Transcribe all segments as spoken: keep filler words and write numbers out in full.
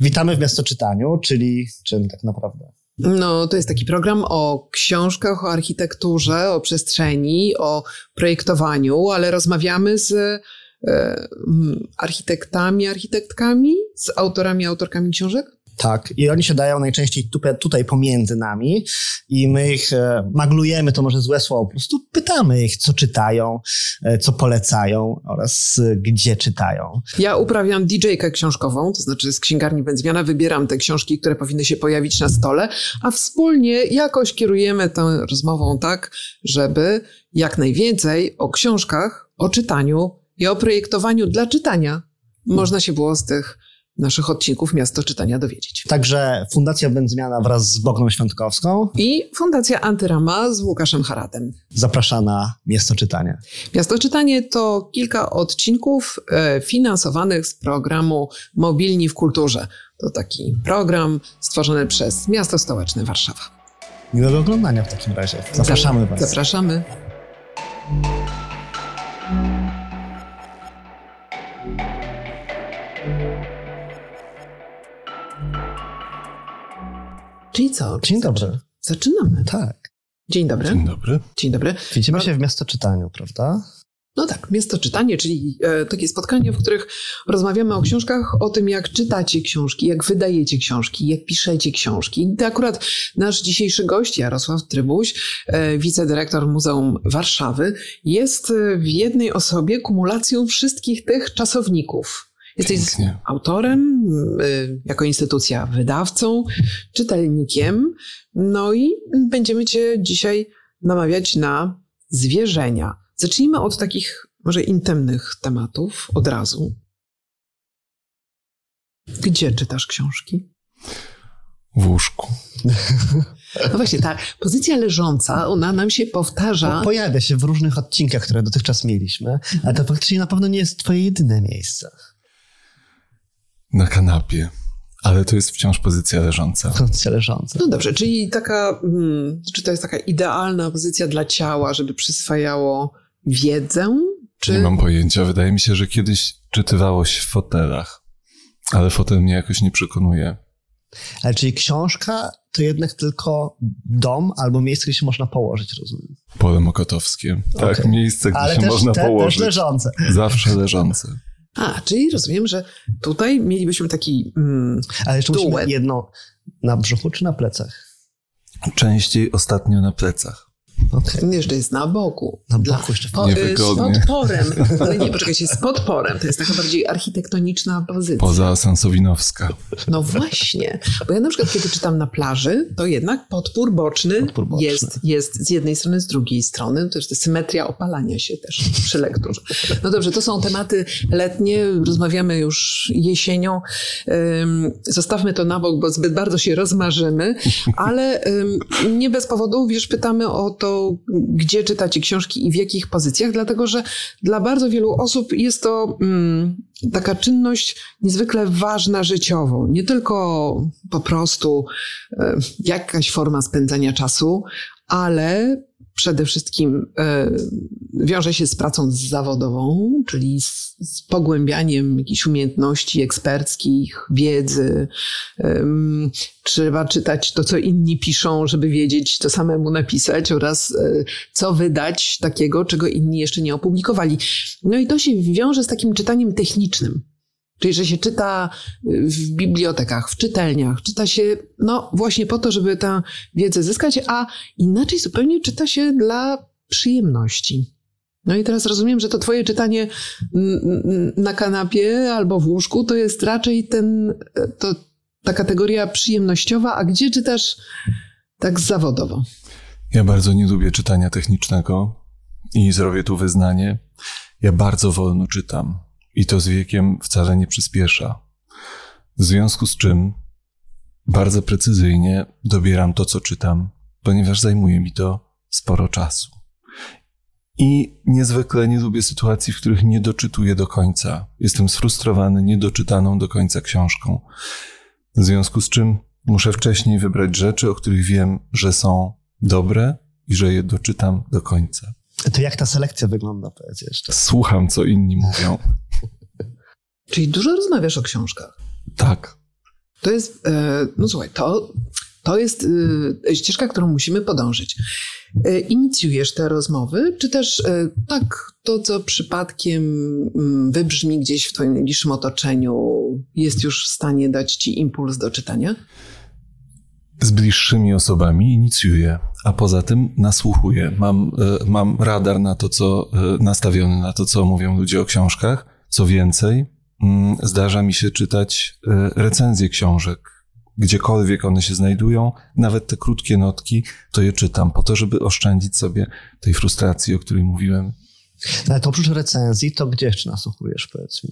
Witamy w Miastoczytaniu, czyli czym tak naprawdę? No, to jest taki program o książkach, o architekturze, o przestrzeni, o projektowaniu, ale rozmawiamy z e, architektami, architektkami, z autorami, autorkami książek. Tak, i oni się dają najczęściej tutaj, tutaj pomiędzy nami i my ich e, maglujemy, to może złe słowo, po prostu pytamy ich, co czytają, e, co polecają oraz e, gdzie czytają. Ja uprawiam didżejkę książkową, to znaczy z księgarni Będzmiana wybieram te książki, które powinny się pojawić na stole, a wspólnie jakoś kierujemy tę rozmową tak, żeby jak najwięcej o książkach, o czytaniu i o projektowaniu dla czytania można się było z tych naszych odcinków Miasto Czytania dowiedzieć. Także Fundacja Będzmiana wraz z Bogną Świątkowską i Fundacja Antyrama z Łukaszem Haratem zaprasza na Miasto Czytania. Miasto Czytanie to kilka odcinków e, finansowanych z programu Mobilni w Kulturze. To taki program stworzony przez Miasto Stołeczne Warszawa. Miłego oglądania w takim razie. Zapraszamy Was. Zapraszamy. Czyli co? Dzień dobry. Zaczynamy. Tak. Dzień dobry. Dzień dobry. Dzień dobry. Widzimy się w Miastoczytaniu, prawda? No tak, Miastoczytanie, czyli e, takie spotkania, w których rozmawiamy o książkach, o tym, jak czytacie książki, jak wydajecie książki, jak piszecie książki. I to akurat nasz dzisiejszy gość, Jarosław Trybuś, e, wicedyrektor Muzeum Warszawy, jest w jednej osobie kumulacją wszystkich tych czasowników. Jesteś Pięknie. autorem, y, jako instytucja wydawcą, czytelnikiem, no i będziemy cię dzisiaj namawiać na zwierzenia. Zacznijmy od takich może intymnych tematów od razu. Gdzie czytasz książki? W łóżku. No właśnie, ta pozycja leżąca, ona nam się powtarza. Po, pojawia się w różnych odcinkach, które dotychczas mieliśmy, ale to faktycznie na pewno nie jest twoje jedyne miejsce. Na kanapie. Ale to jest wciąż pozycja leżąca. Pozycja leżąca. No dobrze, czyli taka, hmm, czy to jest taka idealna pozycja dla ciała, żeby przyswajało wiedzę? Czy... Nie mam pojęcia. Wydaje mi się, że kiedyś czytywało się w fotelach. Ale fotel mnie jakoś nie przekonuje. Ale czyli książka to jednak tylko dom albo miejsce, gdzie się można położyć, rozumiem? Pole mokotowskie. Tak, Okay. miejsce, gdzie ale się też, można te, położyć. też leżące. Zawsze leżące. A, czyli rozumiem, że tutaj mielibyśmy taki mm, Ale jeszcze duet. musimy jedno na brzuchu czy na plecach? Częściej ostatnio na plecach. Okay. Nie, że jest na boku. Na Dla, boku jeszcze po, niewygodnie. Z podporem. Ale nie, poczekajcie, z podporem. To jest taka bardziej architektoniczna pozycja. Poza Sansowinowska. No właśnie. Bo ja na przykład, kiedy czytam na plaży, to jednak podpór boczny, podpór boczny. Jest, jest z jednej strony, z drugiej strony. To jest symetria opalania się też przy lekturze. No dobrze, to są tematy letnie. Rozmawiamy już jesienią. Um, zostawmy to na bok, bo zbyt bardzo się rozmarzymy. Ale um, nie bez powodu, wiesz, pytamy o to, gdzie czytacie książki i w jakich pozycjach, dlatego że dla bardzo wielu osób jest to mm, taka czynność niezwykle ważna życiowo. Nie tylko po prostu e, jakaś forma spędzania czasu, ale przede wszystkim e, wiąże się z pracą zawodową, czyli z, z pogłębianiem jakichś umiejętności eksperckich, wiedzy. E, trzeba czytać to, co inni piszą, żeby wiedzieć, co samemu napisać oraz e, co wydać takiego, czego inni jeszcze nie opublikowali. No i to się wiąże z takim czytaniem technicznym. Czyli, że się czyta w bibliotekach, w czytelniach, czyta się no właśnie po to, żeby tę wiedzę zyskać, a inaczej zupełnie czyta się dla przyjemności. No i teraz rozumiem, że to twoje czytanie na kanapie albo w łóżku to jest raczej ten, to, ta kategoria przyjemnościowa, a gdzie czytasz tak zawodowo? Ja bardzo nie lubię czytania technicznego i zrobię tu wyznanie. Ja bardzo wolno czytam. I to z wiekiem wcale nie przyspiesza. W związku z czym bardzo precyzyjnie dobieram to, co czytam, ponieważ zajmuje mi to sporo czasu. I niezwykle nie lubię sytuacji, w których nie doczytuję do końca. Jestem sfrustrowany niedoczytaną do końca książką. W związku z czym muszę wcześniej wybrać rzeczy, o których wiem, że są dobre i że je doczytam do końca. To jak ta selekcja wygląda, powiedz jeszcze? Słucham, co inni mówią. Czyli dużo rozmawiasz o książkach. Tak. To jest, no słuchaj, to, to jest ścieżka, którą musimy podążyć. Inicjujesz te rozmowy, czy też tak to, co przypadkiem wybrzmi gdzieś w twoim najbliższym otoczeniu, jest już w stanie dać ci impuls do czytania? Z bliższymi osobami inicjuję, a poza tym nasłuchuję. Mam, mam radar na to, co nastawiony na to, co mówią ludzie o książkach. Co więcej, zdarza mi się czytać recenzje książek. Gdziekolwiek one się znajdują, nawet te krótkie notki, to je czytam po to, żeby oszczędzić sobie tej frustracji, o której mówiłem. Ale to oprócz recenzji, to gdzie jeszcze nasłuchujesz, powiedz mi?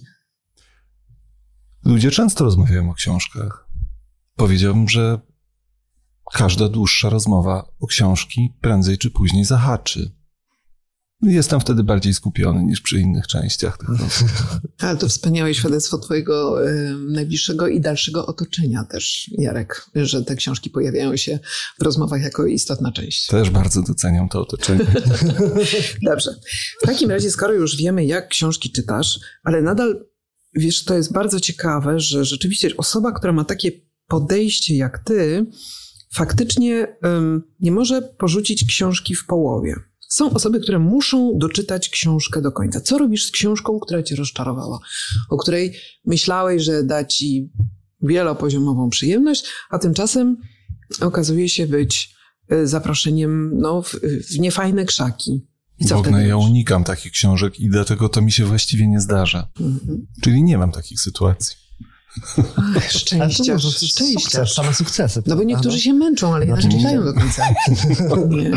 Ludzie często rozmawiają o książkach. Powiedziałbym, że każda dłuższa rozmowa o książki prędzej czy później zahaczy. Jestem wtedy bardziej skupiony niż przy innych częściach. Ale to wspaniałe świadectwo twojego y, najbliższego i dalszego otoczenia też, Jarek, że te książki pojawiają się w rozmowach jako istotna część. Też bardzo doceniam to otoczenie. Dobrze. W takim razie, skoro już wiemy, jak książki czytasz, ale nadal, wiesz, to jest bardzo ciekawe, że rzeczywiście osoba, która ma takie podejście jak ty, faktycznie y, nie może porzucić książki w połowie. Są osoby, które muszą doczytać książkę do końca. Co robisz z książką, która cię rozczarowała? O której myślałeś, że da ci wielopoziomową przyjemność, a tymczasem okazuje się być zaproszeniem no, w, w niefajne krzaki. I co w ogóle wtedy ja robisz? unikam takich książek i dlatego to mi się właściwie nie zdarza. Mhm. Czyli nie mam takich sytuacji. Ach, szczęścia, to szczęścia. Same sukcesy. No bo niektórzy no? się męczą, ale jednak czytają do końca. Nie.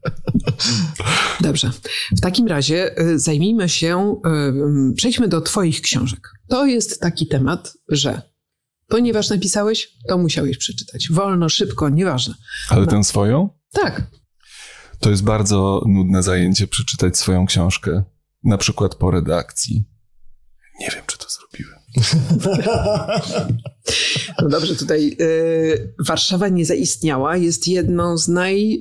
Dobrze. W takim razie zajmijmy się, przejdźmy do twoich książek. To jest taki temat, że ponieważ napisałeś, to musiałeś przeczytać. Wolno, szybko, nieważne. Ale no. tę swoją? Tak. To jest bardzo nudne zajęcie przeczytać swoją książkę. Na przykład po redakcji. Nie wiem, czy to zrobiłem. No dobrze, tutaj y, Warszawa nie zaistniała. Jest jedną z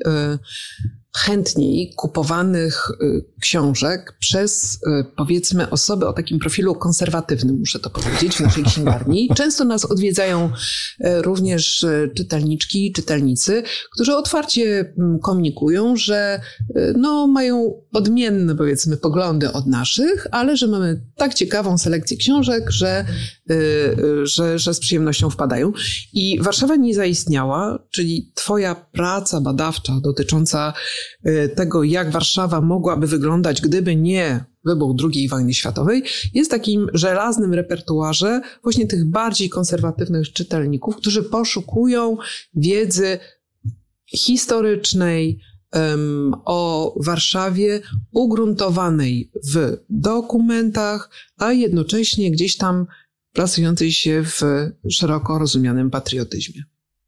najchętniej kupowanych y, książek przez, y, powiedzmy, osoby o takim profilu konserwatywnym, muszę to powiedzieć, w naszej księgarni. Często nas odwiedzają y, również y, czytelniczki i czytelnicy, którzy otwarcie y, komunikują, że y, no, mają odmienne, powiedzmy, poglądy od naszych, ale że mamy tak ciekawą selekcję książek, że Że, że z przyjemnością wpadają. I Warszawa nie zaistniała, czyli twoja praca badawcza dotycząca tego, jak Warszawa mogłaby wyglądać, gdyby nie wybuch drugiej wojny światowej, jest w takim żelaznym repertuarze właśnie tych bardziej konserwatywnych czytelników, którzy poszukują wiedzy historycznej, um, o Warszawie, ugruntowanej w dokumentach, a jednocześnie gdzieś tam plasującej się w szeroko rozumianym patriotyzmie.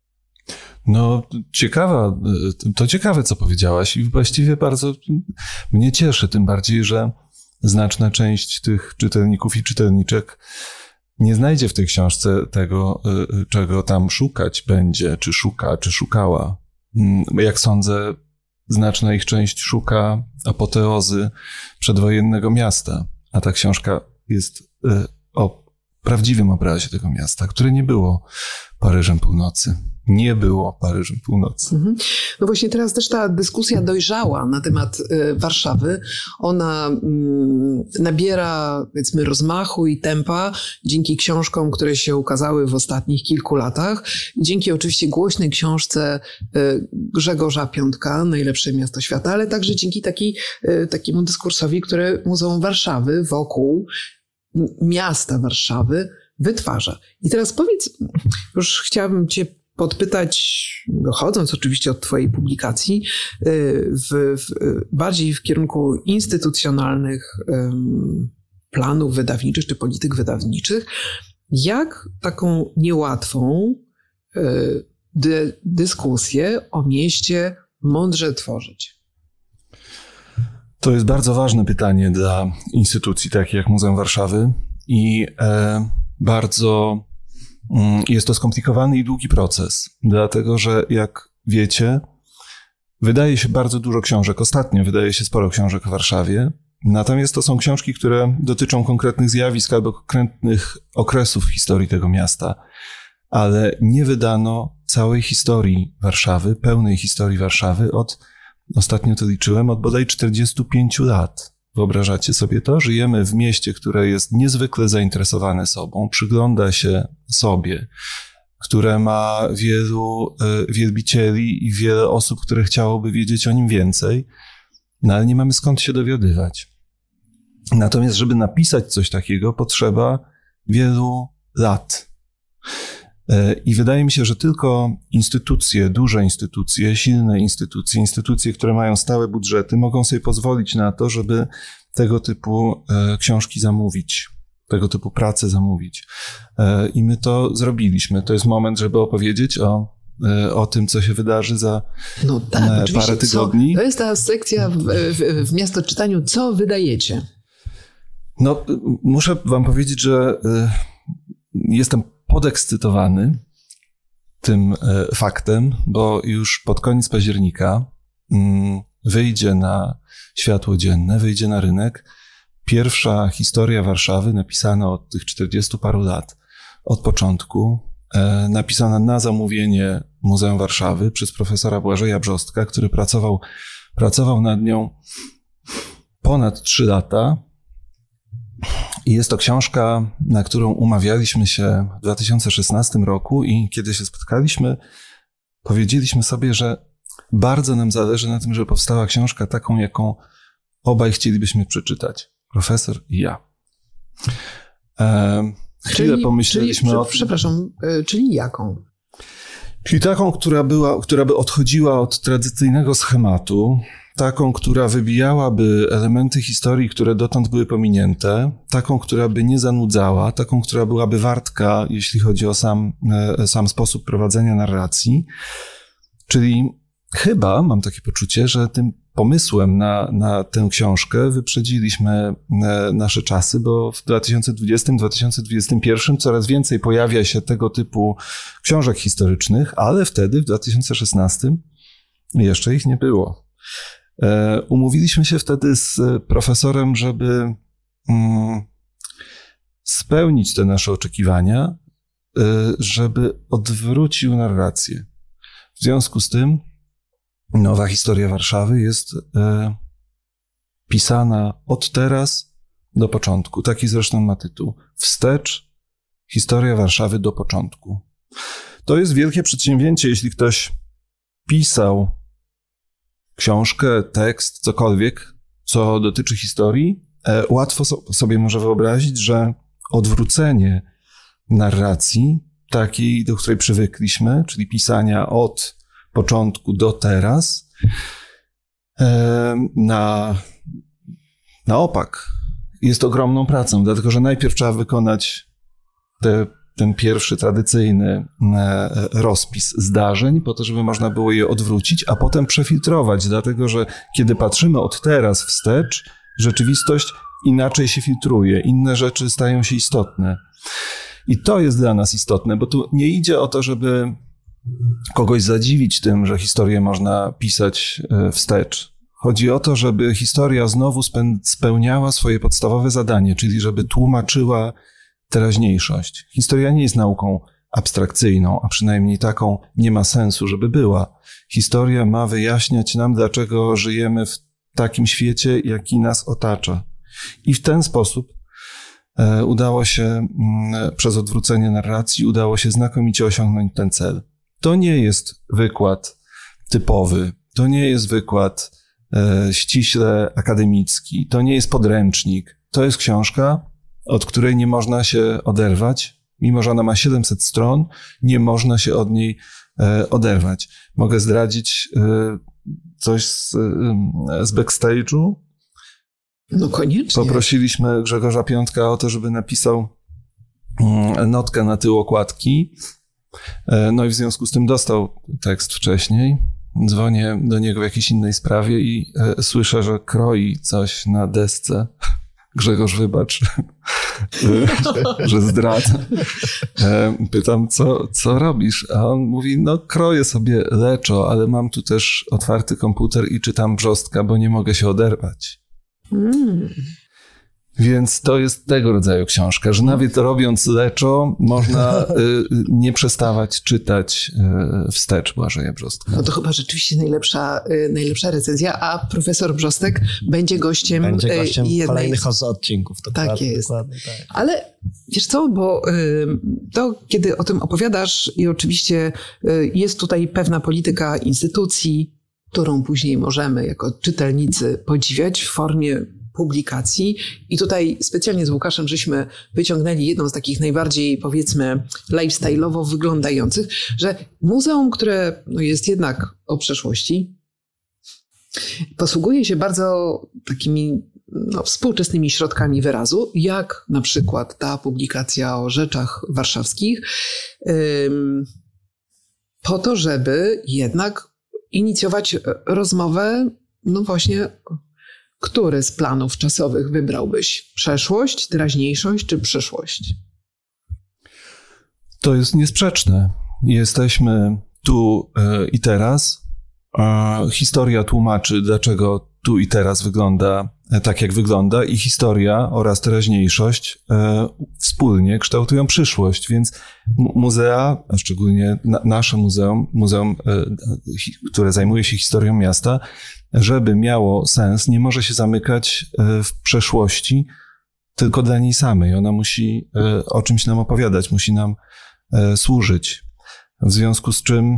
No, ciekawa, to ciekawe, co powiedziałaś i właściwie bardzo mnie cieszy, tym bardziej, że znaczna część tych czytelników i czytelniczek nie znajdzie w tej książce tego, czego tam szukać będzie, czy szuka, czy szukała. Jak sądzę, znaczna ich część szuka apoteozy przedwojennego miasta, a ta książka jest o prawdziwym obrazie tego miasta, które nie było Paryżem Północy. Nie było Paryżem Północy. Mhm. No właśnie teraz też ta dyskusja dojrzała na temat y, Warszawy. Ona y, nabiera, powiedzmy, rozmachu i tempa dzięki książkom, które się ukazały w ostatnich kilku latach. Dzięki oczywiście głośnej książce y, Grzegorza Piątka, Najlepsze miasto świata, ale także dzięki taki, y, takiemu dyskursowi, który Muzeum Warszawy wokół miasta Warszawy wytwarza. I teraz powiedz, już chciałabym cię podpytać, dochodząc oczywiście od twojej publikacji, w, w, bardziej w kierunku instytucjonalnych um, planów wydawniczych czy polityk wydawniczych, jak taką niełatwą y, dy, dyskusję o mieście mądrze tworzyć? To jest bardzo ważne pytanie dla instytucji takich jak Muzeum Warszawy i e, bardzo mm, jest to skomplikowany i długi proces, dlatego że jak wiecie, wydaje się bardzo dużo książek. Ostatnio wydaje się sporo książek o Warszawie, natomiast to są książki, które dotyczą konkretnych zjawisk albo konkretnych okresów w historii tego miasta. ale nie wydano całej historii Warszawy, pełnej historii Warszawy od, ostatnio to liczyłem, od bodaj czterdziestu pięciu lat. Wyobrażacie sobie to? Żyjemy w mieście, które jest niezwykle zainteresowane sobą, przygląda się sobie, które ma wielu y, wielbicieli i wiele osób, które chciałoby wiedzieć o nim więcej, no ale nie mamy skąd się dowiadywać. Natomiast, żeby napisać coś takiego, potrzeba wielu lat. Y, I wydaje mi się, że tylko instytucje, duże instytucje, silne instytucje, instytucje, które mają stałe budżety, mogą sobie pozwolić na to, żeby tego typu y, książki zamówić. tego typu pracę zamówić. I my to zrobiliśmy. To jest moment, żeby opowiedzieć o, o tym, co się wydarzy za no tak, parę tygodni. Co? To jest ta sekcja w, w, w Miastoczytaniu. Co wydajecie? No, muszę wam powiedzieć, że jestem podekscytowany tym faktem, bo już pod koniec października wyjdzie na światło dzienne, wyjdzie na rynek pierwsza historia Warszawy napisana od tych czterdziestu paru lat, od początku, e, napisana na zamówienie Muzeum Warszawy przez profesora Błażeja Brzostka, który pracował, pracował nad nią ponad trzy lata. I jest to książka, na którą umawialiśmy się w dwa tysiące szesnastym roku i kiedy się spotkaliśmy, powiedzieliśmy sobie, że bardzo nam zależy na tym, żeby powstała książka taką, jaką obaj chcielibyśmy przeczytać. Profesor i ja. E, chwilę czyli, pomyśleliśmy czyli, o... Przepraszam, czyli jaką? Czyli taką, która była, która by odchodziła od tradycyjnego schematu, taką, która wybijałaby elementy historii, które dotąd były pominięte, taką, która by nie zanudzała, taką, która byłaby wartka, jeśli chodzi o sam, sam sposób prowadzenia narracji. Czyli chyba, mam takie poczucie, że tym pomysłem na, na tę książkę wyprzedziliśmy nasze czasy, bo w dwa tysiące dwudziestym do dwa tysiące dwudziestego pierwszego coraz więcej pojawia się tego typu książek historycznych, ale wtedy w dwa tysiące szesnastym jeszcze ich nie było. Umówiliśmy się wtedy z profesorem, żeby spełnić te nasze oczekiwania, żeby odwrócił narrację. W związku z tym nowa historia Warszawy jest e, pisana od teraz do początku. Taki zresztą ma tytuł. Wstecz, historia Warszawy do początku. To jest wielkie przedsięwzięcie, jeśli ktoś pisał książkę, tekst, cokolwiek, co dotyczy historii. E, łatwo so, sobie może wyobrazić, że odwrócenie narracji, takiej, do której przywykliśmy, czyli pisania od początku do teraz, na, na opak jest ogromną pracą, dlatego że najpierw trzeba wykonać te, ten pierwszy tradycyjny rozpis zdarzeń, po to, żeby można było je odwrócić, a potem przefiltrować, dlatego że kiedy patrzymy od teraz wstecz, rzeczywistość inaczej się filtruje, inne rzeczy stają się istotne. I to jest dla nas istotne, bo tu nie idzie o to, żeby kogoś zadziwić tym, że historię można pisać wstecz. Chodzi o to, żeby historia znowu spełniała swoje podstawowe zadanie, czyli żeby tłumaczyła teraźniejszość. Historia nie jest nauką abstrakcyjną, a przynajmniej taką nie ma sensu, żeby była. Historia ma wyjaśniać nam, dlaczego żyjemy w takim świecie, jaki nas otacza. I w ten sposób udało się, przez odwrócenie narracji, udało się znakomicie osiągnąć ten cel. To nie jest wykład typowy, to nie jest wykład e, ściśle akademicki, to nie jest podręcznik. To jest książka, od której nie można się oderwać. Mimo że ona ma siedemset stron, nie można się od niej e, oderwać. Mogę zdradzić e, coś z, e, z backstage'u? No koniecznie. Poprosiliśmy Grzegorza Piątka o to, żeby napisał mm, notkę na tył okładki. No i w związku z tym dostał tekst wcześniej. Dzwonię do niego w jakiejś innej sprawie i e, słyszę, że kroi coś na desce. Grzegorz, wybacz, że zdradzę. E, pytam, co, co robisz? A on mówi, no kroję sobie leczo, ale mam tu też otwarty komputer i czytam Brzostka, bo nie mogę się oderwać. Mm. Więc to jest tego rodzaju książka, że nawet robiąc leczo, można y, nie przestawać czytać y, wstecz Błażeja Brzostka. No to chyba rzeczywiście najlepsza, y, najlepsza recenzja, a profesor Brzostek będzie gościem, będzie gościem y, jednej... kolejnych odcinków. Tak dokładnie, jest. Dokładnie, tak. Ale wiesz co, bo y, to kiedy o tym opowiadasz i oczywiście y, jest tutaj pewna polityka instytucji, którą później możemy jako czytelnicy podziwiać w formie publikacji. I tutaj specjalnie z Łukaszem żeśmy wyciągnęli jedną z takich najbardziej, powiedzmy, lifestyle'owo wyglądających, że muzeum, które no, jest jednak o przeszłości, posługuje się bardzo takimi no, współczesnymi środkami wyrazu, jak na przykład ta publikacja o rzeczach warszawskich, ym, po to, żeby jednak inicjować rozmowę, no właśnie, który z planów czasowych wybrałbyś? Przeszłość, teraźniejszość czy przyszłość? To jest niesprzeczne. Jesteśmy tu y, i teraz. A historia tłumaczy, dlaczego tu i teraz wygląda tak, jak wygląda, i historia oraz teraźniejszość y, wspólnie kształtują przyszłość, więc muzea, a szczególnie na, nasze muzeum, muzeum, y, hi, które zajmuje się historią miasta, żeby miało sens, nie może się zamykać w przeszłości tylko dla niej samej. Ona musi o czymś nam opowiadać, musi nam służyć. W związku z czym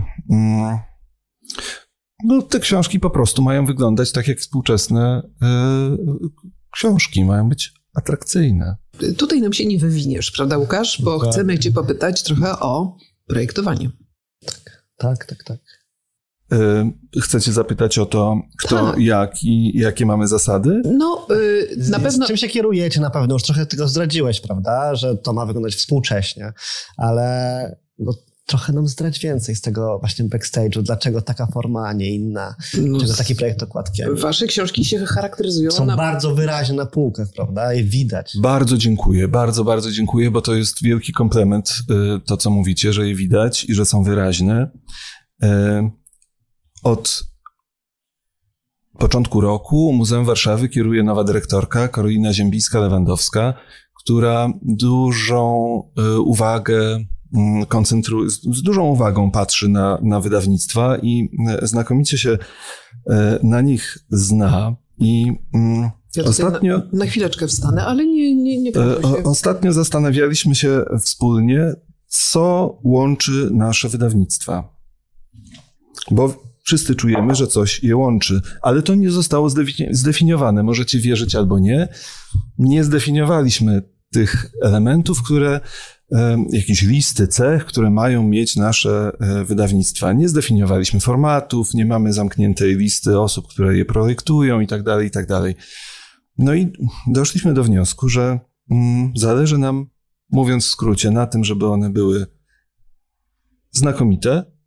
no, te książki po prostu mają wyglądać tak jak współczesne książki, mają być atrakcyjne. Tutaj nam się nie wywiniesz, prawda Łukasz? Bo tak. Chcemy cię popytać trochę o projektowanie. Tak, tak, tak. tak. Chcecie zapytać o to, kto, tak. jak i jakie mamy zasady? No, yy, na z, pewno... Z czym się kierujecie na pewno? Już trochę tego zdradziłeś, prawda? Że to ma wyglądać współcześnie, ale no, trochę nam zdradź więcej z tego właśnie backstage'u. Dlaczego taka forma, a nie inna? Dlaczego taki projekt okładki? Wasze książki się charakteryzują Są na... bardzo wyraźnie na półkach, prawda? I widać. Bardzo dziękuję, bardzo, bardzo dziękuję, bo to jest wielki komplement, to co mówicie, że je widać i że są wyraźne. Od początku roku Muzeum Warszawy kieruje nowa dyrektorka Karolina Ziembińska-Lewandowska, która dużą uwagę koncentruje, z dużą uwagą patrzy na, na wydawnictwa i znakomicie się na nich zna. I ja ostatnio... Na, na chwileczkę wstanę, ale nie, nie, nie się. Ostatnio zastanawialiśmy się wspólnie, co łączy nasze wydawnictwa. Bo wszyscy czujemy, że coś je łączy, ale to nie zostało zdefiniowane. Możecie wierzyć albo nie. Nie zdefiniowaliśmy tych elementów, które, jakieś listy cech, które mają mieć nasze wydawnictwa. Nie zdefiniowaliśmy formatów, nie mamy zamkniętej listy osób, które je projektują i tak dalej, i tak dalej. No i doszliśmy do wniosku, że mm, zależy nam, mówiąc w skrócie, na tym, żeby one były znakomite,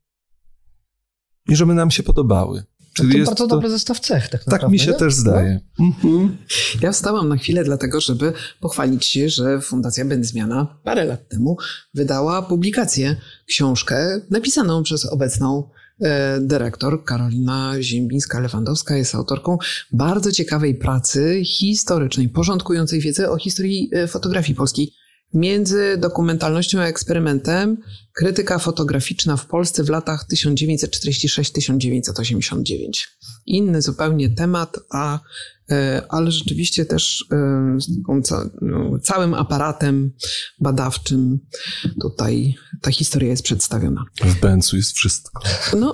i żeby nam się podobały. Czyli to jest bardzo to... dobry zestaw cech, tak naprawdę. Tak mi się nie? też zdaje. No. Mhm. Ja wstałam na chwilę dlatego, żeby pochwalić się, że Fundacja Będzmiana parę lat temu wydała publikację, książkę napisaną przez obecną e, dyrektor Karolina Ziembińska-Lewandowska. Jest autorką bardzo ciekawej pracy historycznej, porządkującej wiedzę o historii e, fotografii polskiej. Między dokumentalnością a eksperymentem krytyka fotograficzna w Polsce w latach tysiąc dziewięćset czterdziesty szósty do tysiąc dziewięćset osiemdziesiąt dziewięć. Inny zupełnie temat, a, ale rzeczywiście też z taką ca, no, całym aparatem badawczym tutaj ta historia jest przedstawiona. W Bęcu jest wszystko. No,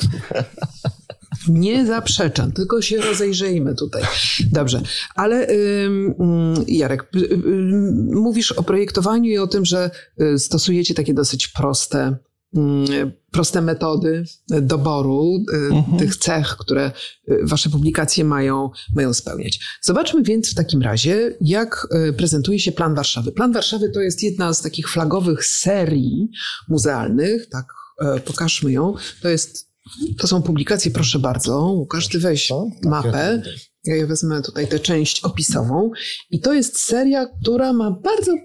nie zaprzeczam, tylko się rozejrzyjmy tutaj. Dobrze, ale ym, Jarek, y, y, mówisz o projektowaniu i o tym, że stosujecie takie dosyć proste, y, proste metody doboru y, mhm. tych cech, które wasze publikacje mają, mają spełniać. Zobaczmy więc w takim razie, jak prezentuje się Plan Warszawy. Plan Warszawy to jest jedna z takich flagowych serii muzealnych, tak, pokażmy ją. To jest To są publikacje, proszę bardzo. Łukasz, ty weź mapę. Ja wezmę tutaj tę część opisową. I to jest seria, która ma bardzo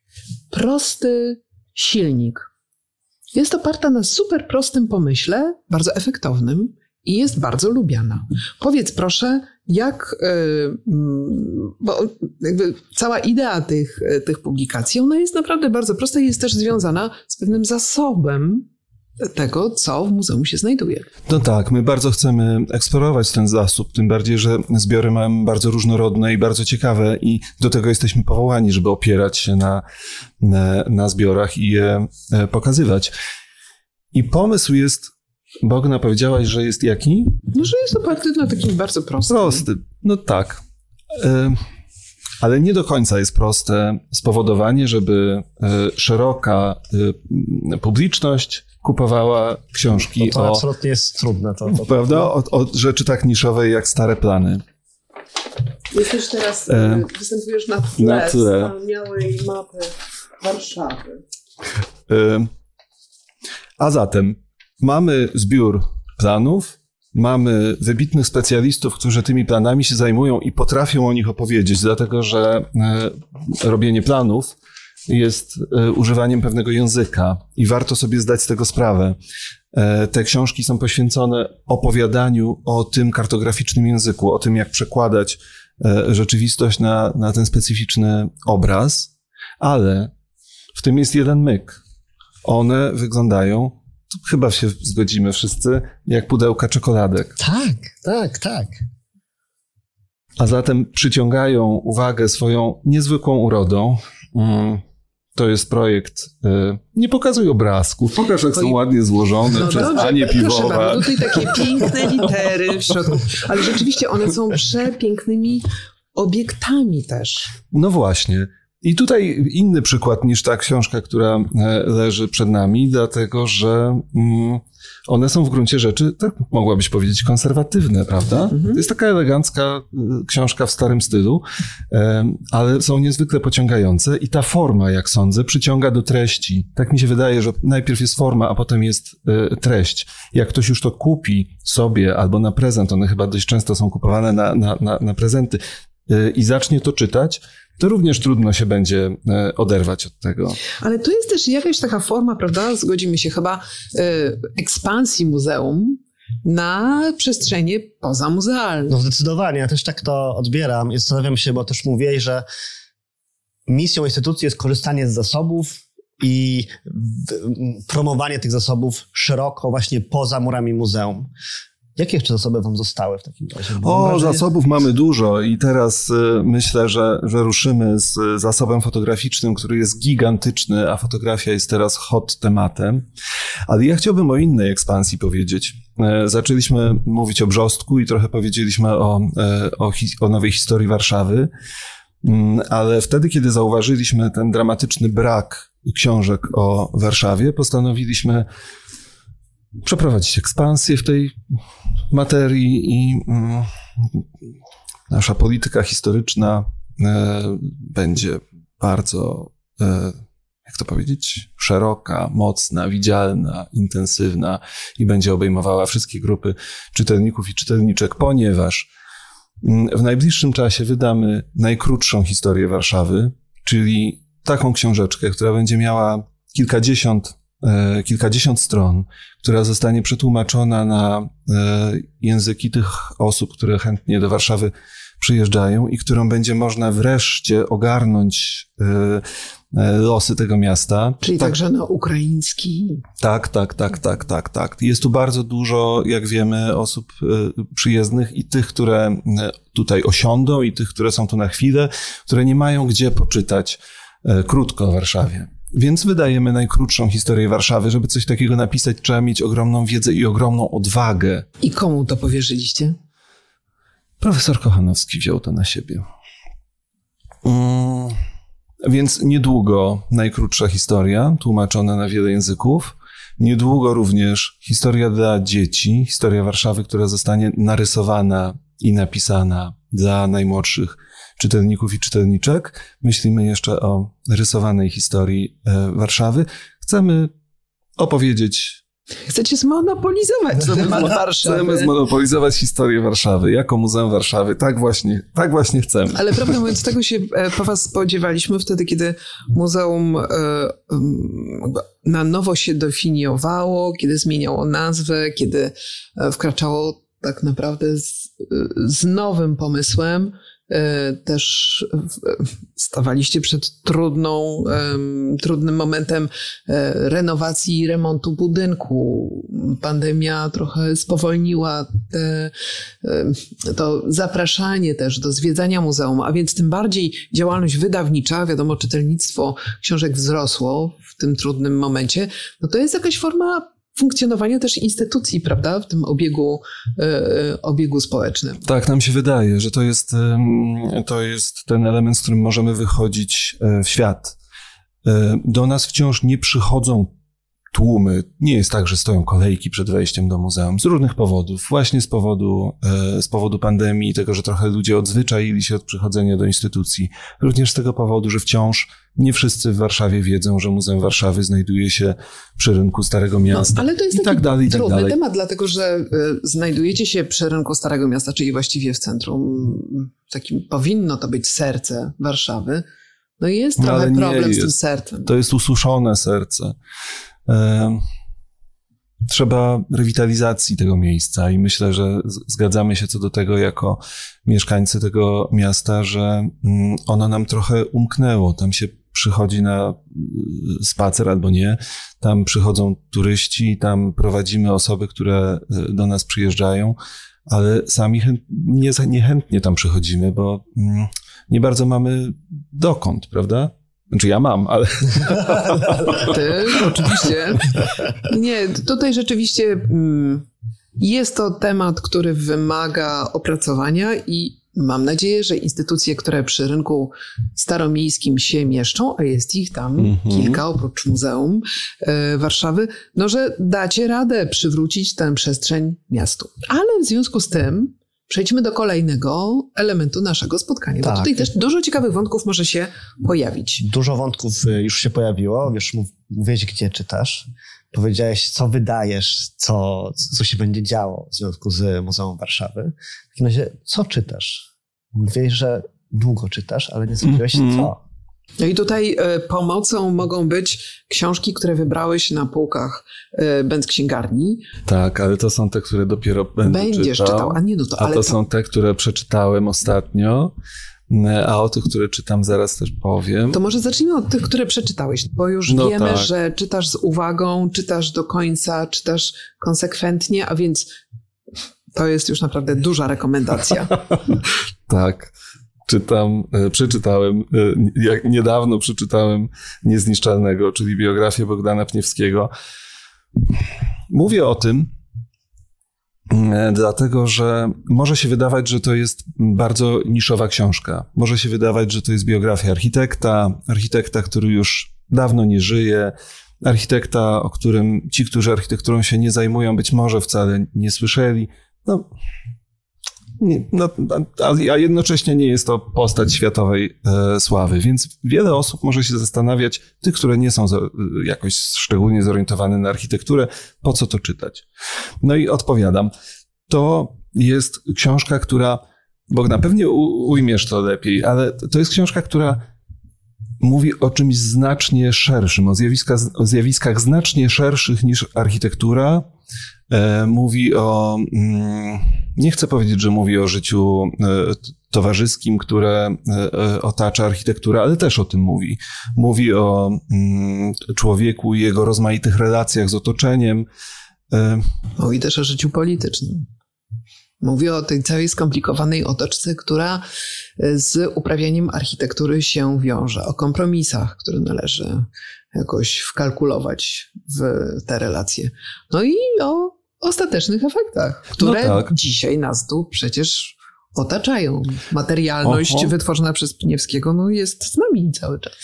prosty silnik. Jest oparta na super prostym pomyśle, bardzo efektownym i jest bardzo lubiana. Powiedz proszę, jak y, bo jakby cała idea tych, tych publikacji, ona jest naprawdę bardzo prosta i jest też związana z pewnym zasobem tego, co w muzeum się znajduje. No tak, my bardzo chcemy eksplorować ten zasób, tym bardziej, że zbiory mamy bardzo różnorodne i bardzo ciekawe i do tego jesteśmy powołani, żeby opierać się na, na, na zbiorach i je pokazywać. I pomysł jest, Bogna, powiedziałaś, że jest jaki? No, że jest oparty na takim bardzo prostym. Prosty, no tak. Ale nie do końca jest proste spowodowanie, żeby szeroka publiczność kupowała książki no to o... absolutnie jest trudne. To, to, prawda? O, o rzeczy tak niszowej jak Stare Plany. Jesteś teraz, e, występujesz na tle, na tle. wspaniałej mapy Warszawy. E, a zatem mamy zbiór planów, mamy wybitnych specjalistów, którzy tymi planami się zajmują i potrafią o nich opowiedzieć, dlatego że e, robienie planów jest e, używaniem pewnego języka i warto sobie zdać z tego sprawę. E, te książki są poświęcone opowiadaniu o tym kartograficznym języku, o tym, jak przekładać e, rzeczywistość na, na ten specyficzny obraz, ale w tym jest jeden myk. One wyglądają, tu chyba się zgodzimy wszyscy, jak pudełka czekoladek. Tak, tak, tak. A zatem przyciągają uwagę swoją niezwykłą urodą. Mm. To jest projekt. Nie pokazuj obrazków, pokaż, jak są ładnie złożone no przez dobrze, Anię Piwową. Proszę bardzo, tutaj takie piękne litery w środku, ale rzeczywiście one są przepięknymi obiektami też. No właśnie. I tutaj inny przykład niż ta książka, która leży przed nami, dlatego że one są w gruncie rzeczy, tak mogłabyś powiedzieć, konserwatywne, prawda? Mhm. To jest taka elegancka książka w starym stylu, ale są niezwykle pociągające i ta forma, jak sądzę, przyciąga do treści. Tak mi się wydaje, że najpierw jest forma, a potem jest treść. Jak ktoś już to kupi sobie albo na prezent, one chyba dość często są kupowane na, na, na, na prezenty i zacznie to czytać, to również trudno się będzie oderwać od tego. Ale to jest też jakaś taka forma, prawda, zgodzimy się chyba, ekspansji muzeum na przestrzenie pozamuzealne. No zdecydowanie, ja też tak to odbieram i zastanawiam się, bo też mówiłeś, że misją instytucji jest korzystanie z zasobów i promowanie tych zasobów szeroko właśnie poza murami muzeum. Jakie jeszcze zasoby wam zostały w takim razie? O, wrażenie... zasobów mamy dużo i teraz y, myślę, że, że ruszymy z zasobem fotograficznym, który jest gigantyczny, a fotografia jest teraz hot tematem. Ale ja chciałbym o innej ekspansji powiedzieć. E, zaczęliśmy mówić o Brzostku i trochę powiedzieliśmy o, e, o, hi- o nowej historii Warszawy, mm, ale wtedy, kiedy zauważyliśmy ten dramatyczny brak książek o Warszawie, postanowiliśmy przeprowadzić ekspansję w tej materii i mm, nasza polityka historyczna e, będzie bardzo, e, jak to powiedzieć, szeroka, mocna, widzialna, intensywna i będzie obejmowała wszystkie grupy czytelników i czytelniczek, ponieważ mm, w najbliższym czasie wydamy najkrótszą historię Warszawy, czyli taką książeczkę, która będzie miała kilkadziesiąt kilkadziesiąt stron, która zostanie przetłumaczona na języki tych osób, które chętnie do Warszawy przyjeżdżają i którą będzie można wreszcie ogarnąć losy tego miasta. Czyli tak, także na ukraiński. Tak, tak, tak, tak, tak, tak. Jest tu bardzo dużo, jak wiemy, osób przyjezdnych i tych, które tutaj osiądą i tych, które są tu na chwilę, które nie mają gdzie poczytać krótko o Warszawie. Więc wydajemy najkrótszą historię Warszawy. Żeby coś takiego napisać, trzeba mieć ogromną wiedzę i ogromną odwagę. I komu to powierzyliście? Profesor Kochanowski wziął to na siebie. Mm, więc niedługo najkrótsza historia, tłumaczona na wiele języków. Niedługo również historia dla dzieci, historia Warszawy, która zostanie narysowana i napisana dla najmłodszych czytelników i czytelniczek. Myślimy jeszcze o rysowanej historii Warszawy. Chcemy opowiedzieć... Chcecie zmonopolizować temat Warszawy. Chcemy zmonopolizować historię Warszawy jako Muzeum Warszawy. Tak właśnie, tak właśnie chcemy. Ale prawdę mówiąc, tego się po was spodziewaliśmy wtedy, kiedy muzeum na nowo się definiowało, kiedy zmieniało nazwę, kiedy wkraczało tak naprawdę z, z nowym pomysłem też stawaliście przed trudną, trudnym momentem renowacji i remontu budynku. Pandemia trochę spowolniła te, to zapraszanie też do zwiedzania muzeum, a więc tym bardziej działalność wydawnicza, wiadomo, czytelnictwo książek wzrosło w tym trudnym momencie, no to jest jakaś forma funkcjonowania też instytucji, prawda, w tym obiegu, e, obiegu społecznym. Tak, nam się wydaje, że to jest, to jest ten element, z którym możemy wychodzić w świat. Do nas wciąż nie przychodzą tłumy. Nie jest tak, że stoją kolejki przed wejściem do muzeum z różnych powodów. Właśnie z powodu, z powodu pandemii, tego, że trochę ludzie odzwyczaili się od przychodzenia do instytucji. Również z tego powodu, że wciąż nie wszyscy w Warszawie wiedzą, że Muzeum Warszawy znajduje się przy rynku Starego Miasta. No, ale to jest I taki tak dalej, i tak trudny dalej. temat, dlatego że y, znajdujecie się przy rynku Starego Miasta, czyli właściwie w centrum, takim powinno to być serce Warszawy. No i jest trochę Ale problem jest. z tym sercem. To jest ususzone serce. E, trzeba rewitalizacji tego miejsca i myślę, że zgadzamy się co do tego jako mieszkańcy tego miasta, że ono nam trochę umknęło. Tam się przychodzi na spacer albo nie, tam przychodzą turyści, tam prowadzimy osoby, które do nas przyjeżdżają, ale sami nie, niechętnie tam przychodzimy, bo nie bardzo mamy dokąd, prawda? Znaczy ja mam, ale... Ty, oczywiście. Nie, tutaj rzeczywiście mm, jest to temat, który wymaga opracowania i mam nadzieję, że instytucje, które przy rynku staromiejskim się mieszczą, a jest ich tam mm-hmm. kilka oprócz Muzeum e, Warszawy, no że dacie radę przywrócić tę przestrzeń miastu. Ale w związku z tym przejdźmy do kolejnego elementu naszego spotkania, tak. Bo tutaj też dużo ciekawych wątków może się pojawić. Dużo wątków już się pojawiło. Wiesz, mówiłeś, gdzie czytasz. Powiedziałeś, co wydajesz, co, co się będzie działo w związku z Muzeum Warszawy. W takim razie, co czytasz? Mówiłeś, że długo czytasz, ale nie zrobiłeś mm-hmm. co. No i tutaj y, pomocą mogą być książki, które wybrałeś na półkach y, Benz Księgarni. Tak, ale to są te, które dopiero będę Będziesz czytał. czytał. A nie, no to, a ale to, to są te, które przeczytałem ostatnio. A o tych, które czytam, zaraz też powiem. To może zacznijmy od tych, które przeczytałeś, bo już no wiemy, tak. że czytasz z uwagą, czytasz do końca, czytasz konsekwentnie, a więc to jest już naprawdę duża rekomendacja. Tak. Czytam, przeczytałem, jak niedawno przeczytałem Niezniszczalnego, czyli biografię Bogdana Pniewskiego. Mówię o tym, dlatego, że może się wydawać, że to jest bardzo niszowa książka. Może się wydawać, że to jest biografia architekta, architekta, który już dawno nie żyje, architekta, o którym ci, którzy architekturą się nie zajmują, być może wcale nie słyszeli. No, nie, no, a jednocześnie nie jest to postać światowej e, sławy, więc wiele osób może się zastanawiać, tych, które nie są za, jakoś szczególnie zorientowane na architekturę, po co to czytać? No i odpowiadam, to jest książka, która, Bogdan, pewnie u, ujmiesz to lepiej, ale to jest książka, która mówi o czymś znacznie szerszym, o, zjawiska, o zjawiskach znacznie szerszych niż architektura. E, mówi o, mm, nie chcę powiedzieć, że mówi o życiu e, towarzyskim, które e, otacza architekturę, ale też o tym mówi. Mówi o mm, człowieku i jego rozmaitych relacjach z otoczeniem. E, mówi też o życiu politycznym. Mówi o tej całej skomplikowanej otoczce, która z uprawianiem architektury się wiąże, o kompromisach, które należy jakoś wkalkulować w te relacje. No i o ostatecznych efektach, które no tak. dzisiaj nas tu przecież otaczają. Materialność Oho. wytworzona przez Pniewskiego no jest z nami cały czas.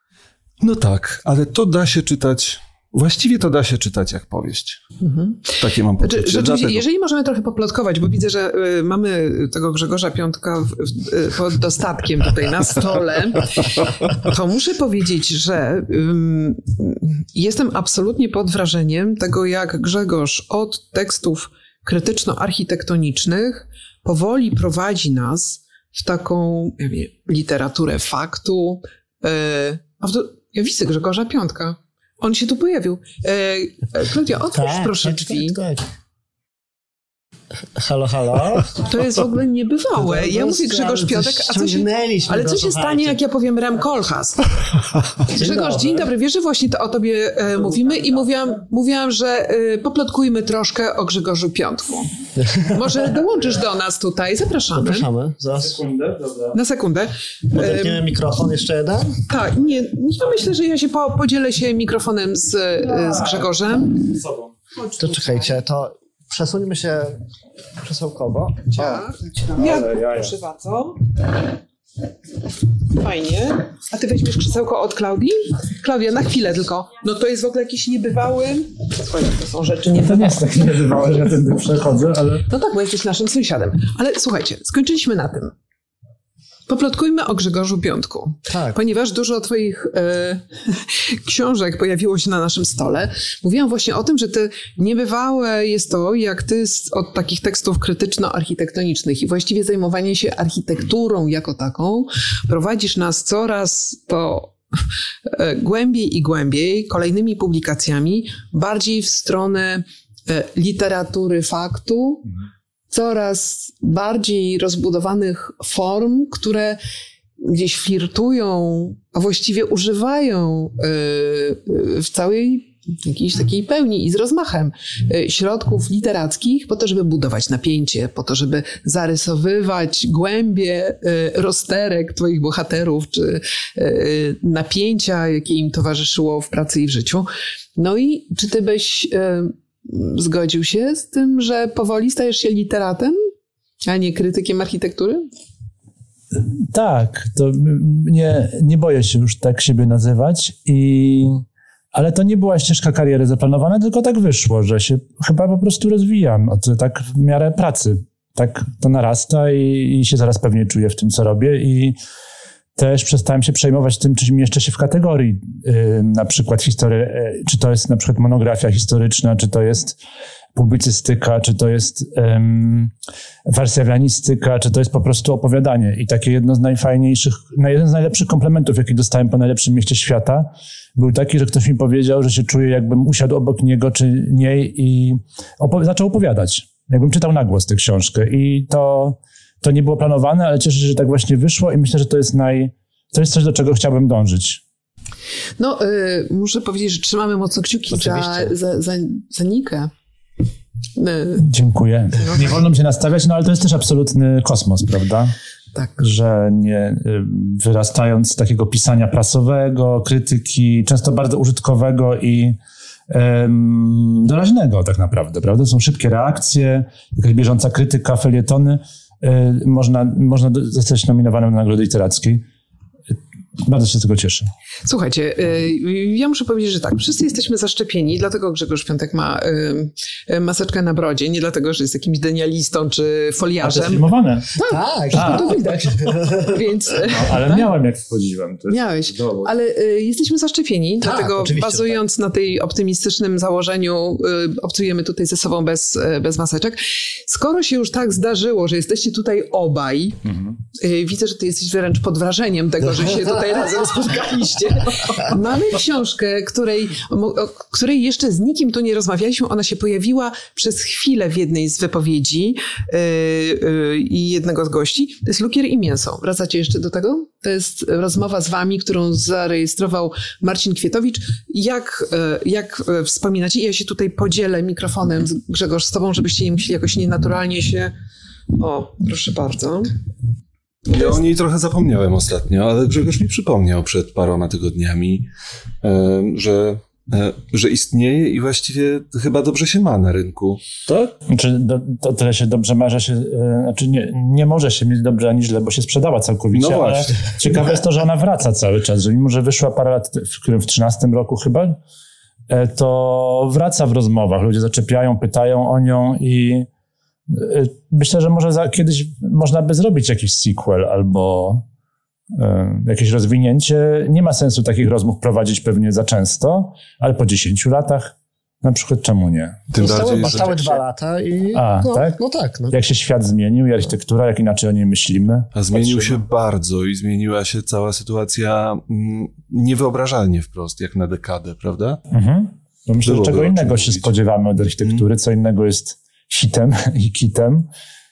No tak, ale to da się czytać... Właściwie to da się czytać jak powieść. Mhm. Takie mam poczucie. Rzeczywiście, Dlatego... jeżeli możemy trochę poplotkować, bo widzę, że y, mamy tego Grzegorza Piątka w, w, y, pod dostatkiem tutaj na stole, to muszę powiedzieć, że y, jestem absolutnie pod wrażeniem tego, jak Grzegorz od tekstów krytyczno-architektonicznych powoli prowadzi nas w taką ja wiem, literaturę faktu. Y, a w, ja widzę Grzegorza Piątka. On się tu pojawił. E, Klaudia, otwórz tak, proszę tak, drzwi. Tak, tak. Halo, halo. To jest w ogóle niebywałe. Ja mówię Grzegorz Piotek, a co się, ale co się stanie, jak ja powiem Rem Koolhaas? Grzegorz, dzień dobry. Wiesz, że właśnie to o tobie e, mówimy i mówiłam, mówiłam, że e, poplotkujmy troszkę o Grzegorzu Piątku. Może dołączysz do nas tutaj. Zapraszamy. Zapraszamy. Za sekundę, dobra. Na sekundę. Podepniemy mikrofon jeszcze jeden? Tak, nie. Ja myślę, że ja się po, podzielę się mikrofonem z, z Grzegorzem. Z sobą. To czekajcie, to przesuńmy się krzesełkowo. Tak. Ja, proszę bardzo. Fajnie. A ty weźmiesz krzesełko od Klaudii? Klaudia, na chwilę tylko. No to jest w ogóle jakiś niebywały... Słuchaj, to są rzeczy Nie, niebywałe. to nie jest tak niebywałe, że ja tędy przechodzę, ale... No tak, bo jesteś naszym sąsiadem. Ale słuchajcie, skończyliśmy na tym. Poplotkujmy o Grzegorzu Piątku. Tak. Ponieważ dużo twoich e, książek pojawiło się na naszym stole. Mówiłam właśnie o tym, że ty niebywałe jest to, jak ty z, od takich tekstów krytyczno-architektonicznych i właściwie zajmowanie się architekturą jako taką prowadzisz nas coraz to e, głębiej i głębiej, kolejnymi publikacjami, bardziej w stronę e, literatury faktu, coraz bardziej rozbudowanych form, które gdzieś flirtują, a właściwie używają w całej jakiejś takiej pełni i z rozmachem środków literackich po to, żeby budować napięcie, po to, żeby zarysowywać głębie rozterek twoich bohaterów, czy napięcia, jakie im towarzyszyło w pracy i w życiu. No i czy ty byś zgodził się z tym, że powoli stajesz się literatem, a nie krytykiem architektury? Tak, to nie, nie boję się już tak siebie nazywać, i, ale to nie była ścieżka kariery zaplanowana, tylko tak wyszło, że się chyba po prostu rozwijam, to tak w miarę pracy. Tak to narasta i, i się zaraz pewnie czuję w tym, co robię, i też przestałem się przejmować tym, czy mieszczę się w kategorii yy, na przykład historii, yy, czy to jest na przykład monografia historyczna, czy to jest publicystyka, czy to jest um, warszawianistyka, czy to jest po prostu opowiadanie. I takie jedno z najfajniejszych, jeden z najlepszych komplementów, jaki dostałem po najlepszym mieście świata, był taki, że ktoś mi powiedział, że się czuje, jakbym usiadł obok niego czy niej i opo- zaczął opowiadać. Jakbym czytał na głos tę książkę. I to, to nie było planowane, ale cieszę się, że tak właśnie wyszło, i myślę, że to jest naj, to jest coś, do czego chciałbym dążyć. No, y, muszę powiedzieć, że trzymamy mocno kciuki za, za, za, za Nikę. Dziękuję. Nie wolno mi się nastawiać, no ale to jest też absolutny kosmos, prawda? Tak. Że nie, wyrastając z takiego pisania prasowego, krytyki, często bardzo użytkowego i um, doraźnego tak naprawdę, prawda? Są szybkie reakcje, jakaś bieżąca krytyka, felietony. Um, można, można zostać nominowanym na Nagrody Literackiej. Bardzo się z tego cieszę. Słuchajcie, ja muszę powiedzieć, że tak, wszyscy jesteśmy zaszczepieni, dlatego Grzegorz Piątek ma maseczkę na brodzie, nie dlatego, że jest jakimś denialistą czy foliarzem. A to jest filmowane. Tak, tak, to widać. Więc, no, ale tak? Miałem, jak wchodziłem. To Miałeś, dowód. Ale y, jesteśmy zaszczepieni, tak, dlatego bazując tak. na tej optymistycznym założeniu y, obcujemy tutaj ze sobą bez, y, bez maseczek. Skoro się już tak zdarzyło, że jesteście tutaj obaj, mhm. y, widzę, że ty jesteś wręcz pod wrażeniem tego, że się tutaj razem spotkaliście. Mamy książkę, której, o której jeszcze z nikim tu nie rozmawialiśmy. Ona się pojawiła przez chwilę w jednej z wypowiedzi yy, yy, i jednego z gości. To jest Lukier i mięso. Wracacie jeszcze do tego? To jest rozmowa z wami, którą zarejestrował Marcin Kwietowicz. Jak, yy, jak wspominacie? Ja się tutaj podzielę mikrofonem, z Grzegorz, z tobą, żebyście nie musieli jakoś nienaturalnie się... O, proszę bardzo. Ja o niej trochę zapomniałem ostatnio, ale Grzegorz mi przypomniał przed paroma tygodniami, że, że istnieje i właściwie chyba dobrze się ma na rynku. Tak? Znaczy, do, to tyle się dobrze ma, że się... Znaczy nie, nie może się mieć dobrze ani źle, bo się sprzedała całkowicie, no ale ciekawe jest to, że ona wraca cały czas, że mimo, że wyszła parę lat, w którym w trzynastym roku chyba, to wraca w rozmowach. Ludzie zaczepiają, pytają o nią i myślę, że może za, kiedyś można by zrobić jakiś sequel albo y, jakieś rozwinięcie. Nie ma sensu takich rozmów prowadzić pewnie za często, ale po dziesięciu latach na przykład czemu nie? Tym bardziej, zostały dwa lata i A, no, tak? no tak. No. Jak się świat zmienił i architektura, jak inaczej o niej myślimy. A zmienił patrzymy. się bardzo i zmieniła się cała sytuacja mm, niewyobrażalnie wprost, jak na dekadę, prawda? Mhm. No myślę, że czego innego się spodziewamy od architektury, co innego jest hitem i kitem.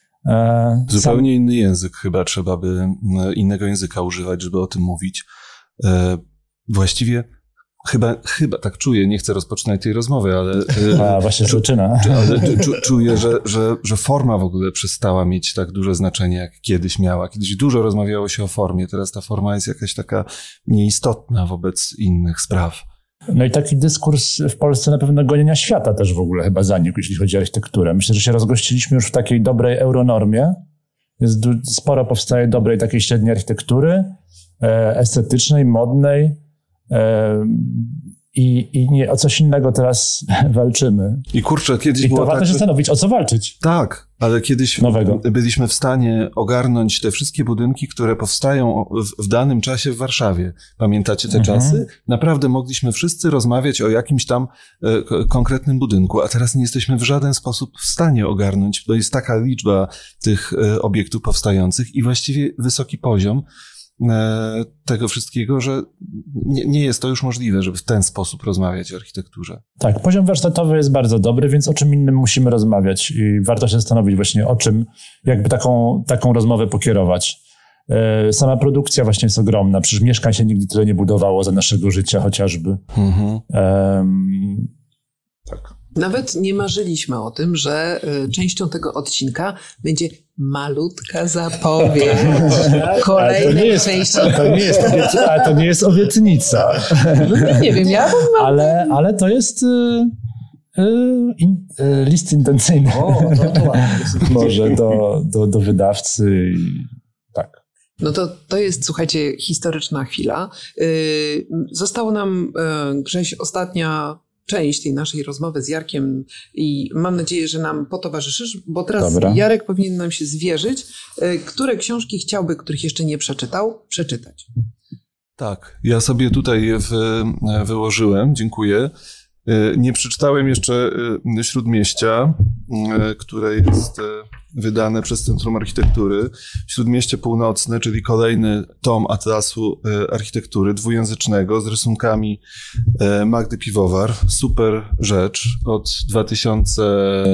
E, Zupełnie sam... inny język chyba, trzeba by innego języka używać, żeby o tym mówić. E, właściwie chyba, chyba tak czuję, nie chcę rozpoczynać tej rozmowy, ale... A, właśnie czu, zaczyna. Ale czu, czuję, że, że, że forma w ogóle przestała mieć tak duże znaczenie, jak kiedyś miała. Kiedyś dużo rozmawiało się o formie, teraz ta forma jest jakaś taka nieistotna wobec innych spraw. No i taki dyskurs w Polsce na pewno gonienia świata też w ogóle chyba zanikł, jeśli chodzi o architekturę. Myślę, że się rozgościliśmy już w takiej dobrej euronormie. Jest du- sporo powstaje dobrej takiej średniej architektury, e, estetycznej, modnej e, i, i nie, o coś innego teraz walczymy. I kurczę, kiedyś I było to warto tak, się że... zastanowić, o co walczyć. Tak, ale kiedyś Nowego. byliśmy w stanie ogarnąć te wszystkie budynki, które powstają w, w danym czasie w Warszawie. Pamiętacie te Mhm. czasy? Naprawdę mogliśmy wszyscy rozmawiać o jakimś tam e, k- konkretnym budynku, a teraz nie jesteśmy w żaden sposób w stanie ogarnąć. To jest taka liczba tych e, obiektów powstających i właściwie wysoki poziom e, tego wszystkiego, że nie, nie jest to już możliwe, żeby w ten sposób rozmawiać o architekturze. Tak, poziom warsztatowy jest bardzo dobry, więc o czym innym musimy rozmawiać i warto się zastanowić właśnie o czym, jakby taką, taką rozmowę pokierować. E, sama produkcja właśnie jest ogromna, przecież mieszkań się nigdy tyle nie budowało za naszego życia chociażby. Mhm. Um, Tak. Nawet nie marzyliśmy o tym, że y, częścią tego odcinka będzie malutka zapowiedź kolejnej części. To nie jest, obiec- a to nie jest obietnica. No, nie wiem, ja mam... Ale, ale to jest y, y, in, y, list intencyjny. O, to, to ładnie. Może do, do, do wydawcy i tak. No to, to jest, słuchajcie, historyczna chwila. Y, zostało nam, y, Grześ, ostatnia część tej naszej rozmowy z Jarkiem i mam nadzieję, że nam potowarzyszysz, bo teraz Dobra. Jarek powinien nam się zwierzyć, y, które książki chciałby, których jeszcze nie przeczytał, przeczytać. Tak, ja sobie tutaj je w, wyłożyłem, dziękuję. Nie przeczytałem jeszcze Śródmieścia, które jest wydane przez Centrum Architektury. Śródmieście Północne, czyli kolejny tom Atlasu Architektury dwujęzycznego z rysunkami Magdy Piwowar. Super rzecz, od dwa tysiące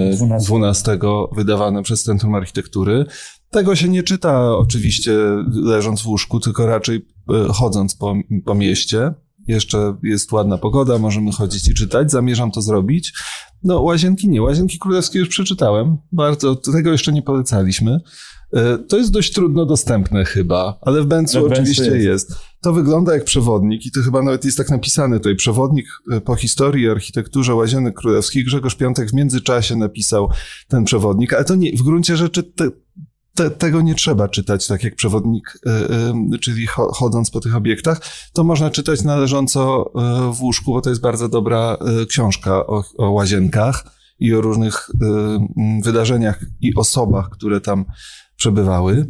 dwunastego wydawane przez Centrum Architektury. Tego się nie czyta oczywiście leżąc w łóżku, tylko raczej chodząc po, po mieście. Jeszcze jest ładna pogoda, możemy chodzić i czytać. Zamierzam to zrobić. No, Łazienki nie. Łazienki Królewskie już przeczytałem. Bardzo, tego jeszcze nie polecaliśmy. To jest dość trudno dostępne chyba, ale w Bęcu oczywiście jest. jest. To wygląda jak przewodnik i to chyba nawet jest tak napisane tutaj. Przewodnik po historii i architekturze Łazienek Królewskich. Grzegorz Piątek w międzyczasie napisał ten przewodnik, ale to nie, w gruncie rzeczy te, Te, tego nie trzeba czytać tak jak przewodnik, yy, yy, czyli cho, chodząc po tych obiektach. To można czytać na leżąco yy, w łóżku, bo to jest bardzo dobra yy, książka o, o łazienkach i o różnych yy, wydarzeniach i osobach, które tam przebywały.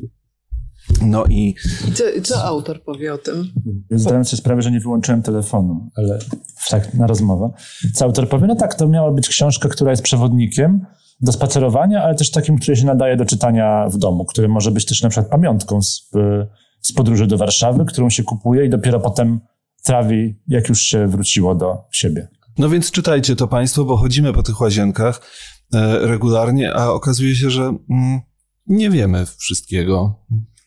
No i... I co, co autor powie o tym? Zdałem sobie sprawę, że nie wyłączyłem telefonu, ale tak na rozmowę. Co autor powie? No tak, to miała być książka, która jest przewodnikiem do spacerowania, ale też takim, który się nadaje do czytania w domu, który może być też na przykład pamiątką z, z podróży do Warszawy, którą się kupuje i dopiero potem trawi, jak już się wróciło do siebie. No więc czytajcie to państwo, bo chodzimy po tych łazienkach e, regularnie, a okazuje się, że mm, nie wiemy wszystkiego.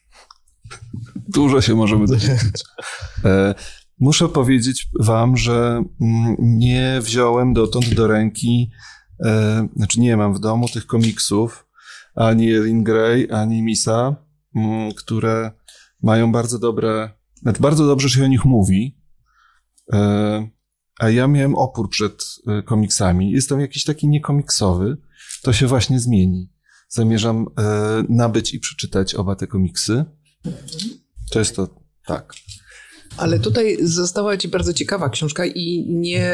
Dużo się możemy dowiedzieć. E, muszę powiedzieć wam, że mm, nie wziąłem dotąd do ręki E, znaczy nie mam w domu tych komiksów, ani Erin Gray, ani Misa, m, które mają bardzo dobre, znaczy bardzo dobrze się o nich mówi, e, a ja miałem opór przed e, komiksami. Jestem jakiś taki niekomiksowy, to się właśnie zmieni. Zamierzam e, nabyć i przeczytać oba te komiksy. To jest to, tak. Ale tutaj została ci bardzo ciekawa książka i nie,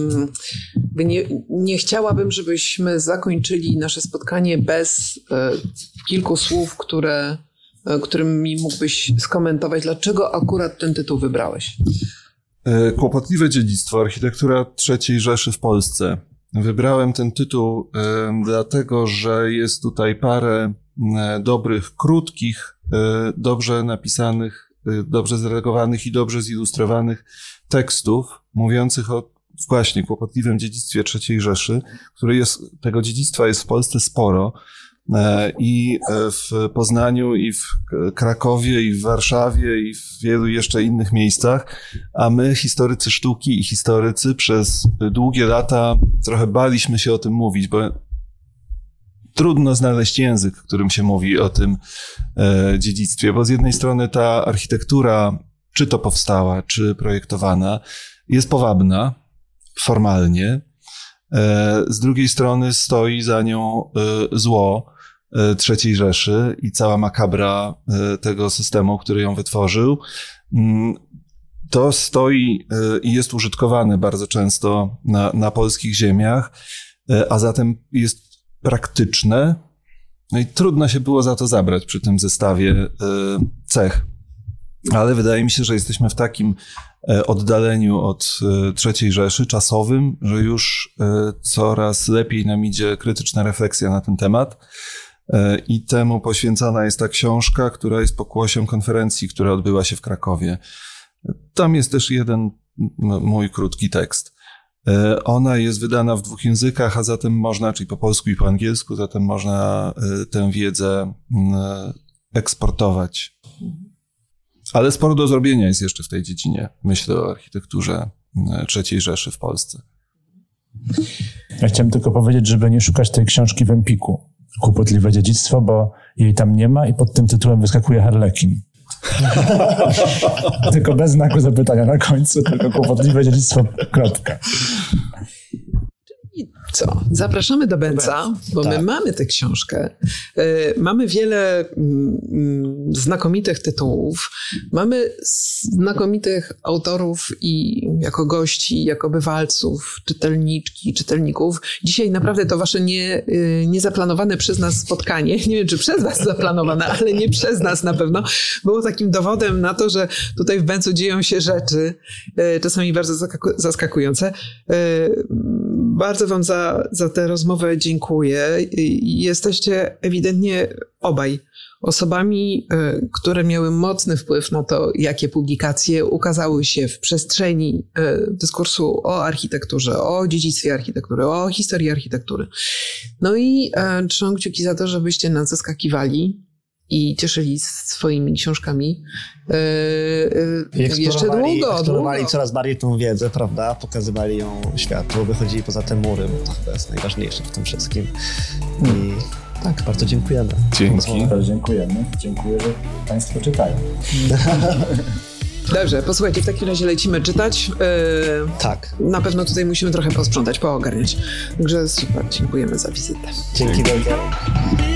nie, nie chciałabym, żebyśmy zakończyli nasze spotkanie bez e, kilku słów, które, e, którymi mógłbyś skomentować, dlaczego akurat ten tytuł wybrałeś. E, Kłopotliwe dziedzictwo, architektura trzeciej Rzeszy w Polsce. Wybrałem ten tytuł e, dlatego, że jest tutaj parę e, dobrych, krótkich, e, dobrze napisanych, dobrze zredagowanych i dobrze zilustrowanych tekstów mówiących o właśnie kłopotliwym dziedzictwie trzeciej Rzeszy, które jest, tego dziedzictwa jest w Polsce sporo. I w Poznaniu, i w Krakowie, i w Warszawie, i w wielu jeszcze innych miejscach, a my, historycy sztuki i historycy, przez długie lata trochę baliśmy się o tym mówić, bo trudno znaleźć język, którym się mówi o tym e, dziedzictwie, bo z jednej strony ta architektura, czy to powstała, czy projektowana, jest powabna formalnie, e, z drugiej strony stoi za nią e, zło e, trzeciej Rzeszy i cała makabra e, tego systemu, który ją wytworzył. Mm, to stoi e, i jest użytkowane bardzo często na, na polskich ziemiach, e, a zatem jest praktyczne, no i trudno się było za to zabrać przy tym zestawie y, cech. Ale wydaje mi się, że jesteśmy w takim y, oddaleniu od y, trzeciej Rzeszy czasowym, że już y, coraz lepiej nam idzie krytyczna refleksja na ten temat. Y, I temu poświęcona jest ta książka, która jest pokłosiem konferencji, która odbyła się w Krakowie. Tam jest też jeden m- mój krótki tekst. Ona jest wydana w dwóch językach, a zatem można, czyli po polsku i po angielsku, zatem można tę wiedzę eksportować. Ale sporo do zrobienia jest jeszcze w tej dziedzinie. Myślę o architekturze trzeciej Rzeszy w Polsce. Ja chciałem tylko powiedzieć, żeby nie szukać tej książki w Empiku. Kłopotliwe dziedzictwo, bo jej tam nie ma i pod tym tytułem wyskakuje Harlekin. Tylko bez znaku zapytania na końcu, tylko kłopotliwe dziedzictwo, kropka. I co? Zapraszamy do Bęca, bo tak. My mamy tę książkę. Y, mamy wiele mm, znakomitych tytułów. Mamy znakomitych autorów i jako gości, jako bywalców, czytelniczki, czytelników. Dzisiaj naprawdę to wasze nie, y, niezaplanowane przez nas spotkanie, nie wiem czy przez was zaplanowane, ale nie przez nas na pewno, było takim dowodem na to, że tutaj w Bęcu dzieją się rzeczy, y, czasami bardzo zaskaku- zaskakujące. Y, Bardzo wam za, za tę rozmowę dziękuję. Jesteście ewidentnie obaj osobami, które miały mocny wpływ na to, jakie publikacje ukazały się w przestrzeni dyskursu o architekturze, o dziedzictwie architektury, o historii architektury. No i trzymam kciuki za to, żebyście nas zaskakiwali i cieszyli swoimi książkami yy, yy, jeszcze długo. Eksplorowali długo. coraz bardziej tą wiedzę, prawda? Pokazywali ją światu, wychodzili poza te mury. To chyba jest najważniejsze w tym wszystkim. I tak, bardzo dziękujemy. Dzięki. Bardzo dziękujemy. Dziękuję, że Państwo czytają. Dobrze, posłuchajcie, w takim razie lecimy czytać. Yy, Tak. Na pewno tutaj musimy trochę posprzątać, poogarniać. Także super, dziękujemy za wizytę. Dzięki wielkie.